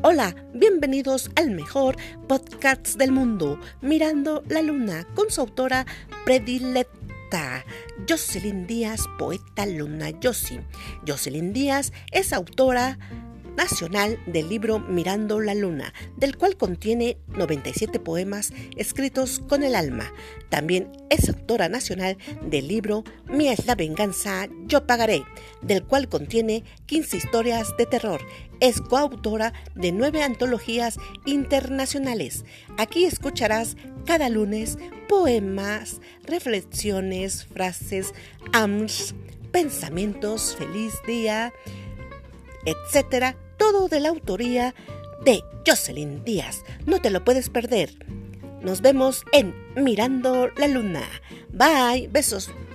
Hola, bienvenidos al mejor podcast del mundo, Mirando la Luna, con su autora predilecta, Jocelyn Díaz, poeta Luna Yossi. Jocelyn Díaz es autora nacional del libro Mirando la Luna, del cual contiene 97 poemas escritos con el alma. También es autora nacional del libro Mía es la venganza, yo pagaré, del cual contiene 15 historias de terror. Es coautora de 9 antologías internacionales. Aquí escucharás cada lunes poemas, reflexiones, frases, pensamientos, feliz día, etcétera. Todo de la autoría de Jocelyn Díaz. No te lo puedes perder. Nos vemos en Mirando la Luna. Bye, besos.